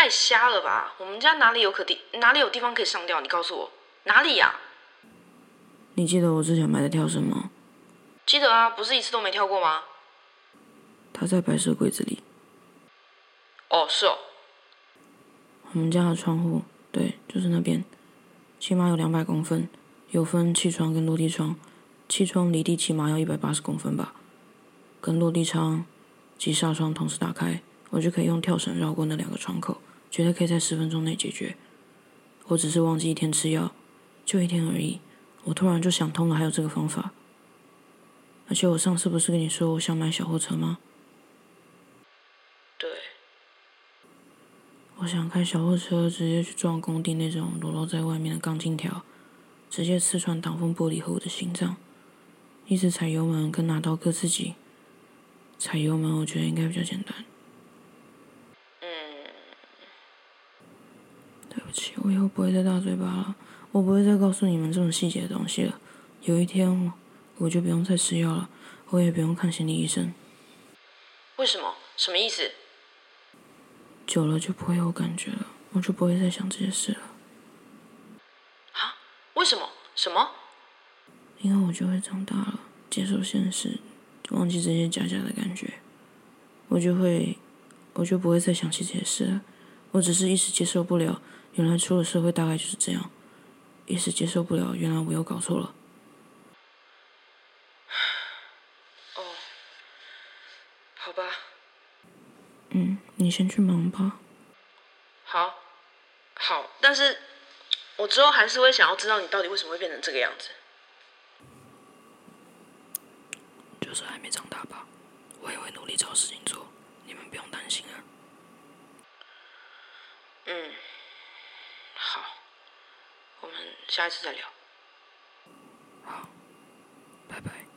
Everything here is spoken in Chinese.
太瞎了吧！我们家哪里有地方可以上吊？你告诉我哪里呀？ 你记得我之前买的跳绳吗？ 记得啊，不是一次都没跳过吗？ 它在摆设柜子里。 哦，是哦。 我们家的窗户，对，就是那边，起码有200公分，有分气窗跟落地窗。气窗离地起码要180公分吧，跟落地窗及纱窗同时打开，我就可以用跳绳绕过那2个窗口，绝对可以在10分钟内解决。我只是忘记1天吃药，就1天而已，我突然就想通了，还有这个方法。而且我上次不是跟你说我想买小货车吗？ 对。 我想开小货车，直接去撞工地那种裸露在外面的钢筋条，直接刺穿挡风玻璃和我的心脏。一直踩油门跟拿刀割自己。踩油门我觉得应该比较简单。对不起，我以后不会再大嘴巴了，我不会再告诉你们这种细节的东西了。有一天我就不用再吃药了，我也不用看心理医生。 为什么？什么意思？ 久了就不会有感觉了，我就不会再想这些事了。 啊？为什么？什么？ 因为我就会长大了，接受现实，忘记这些假假的感觉。我就不会再想起这些事了。我只是一时接受不了，原来出了社会大概就是这样。一时接受不了，原来我又搞错了。 哦，好吧。 你先去忙吧。 好，但是我之后还是会想要知道你到底为什么会变成这个样子。 就是还没长大吧，我也会努力找事情做，你们不用担心啊。 好，我们下一次再聊。 好，拜拜。